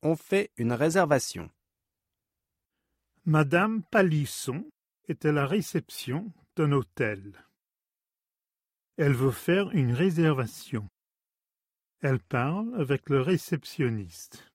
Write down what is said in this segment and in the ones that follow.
On fait une réservation. Madame Palisson est à la réception d'un hôtel. Elle veut faire une réservation. Elle parle avec le réceptionniste.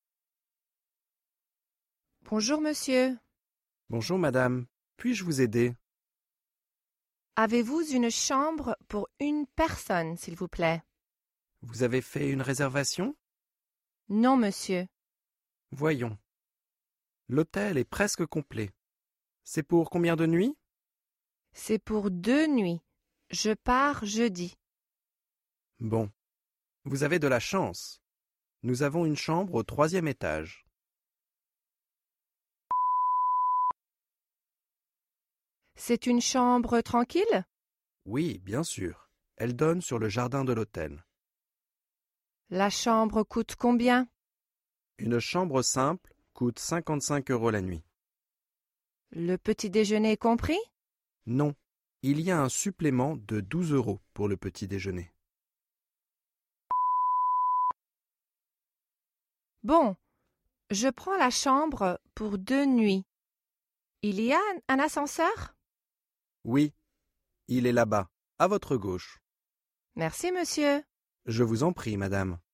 Bonjour, monsieur. Bonjour madame, puis-je vous aider? Avez-vous une chambre pour une personne, s'il vous plaît? Vous avez fait une réservation? Non, monsieur. Voyons. L'hôtel est presque complet. C'est pour combien de nuits? C'est pour 2 nuits. Je pars jeudi. Bon. Vous avez de la chance. Nous avons une chambre au 3e étage. C'est une chambre tranquille? Oui, bien sûr. Elle donne sur le jardin de l'hôtel. La chambre coûte combien? Une chambre simple coûte 55 € la nuit. Le petit déjeuner compris? Non, il y a un supplément de 12 € pour le petit déjeuner. Bon, je prends la chambre pour 2 nuits. Il y a un ascenseur? Oui, il est là-bas, à votre gauche. Merci, monsieur. Je vous en prie, madame.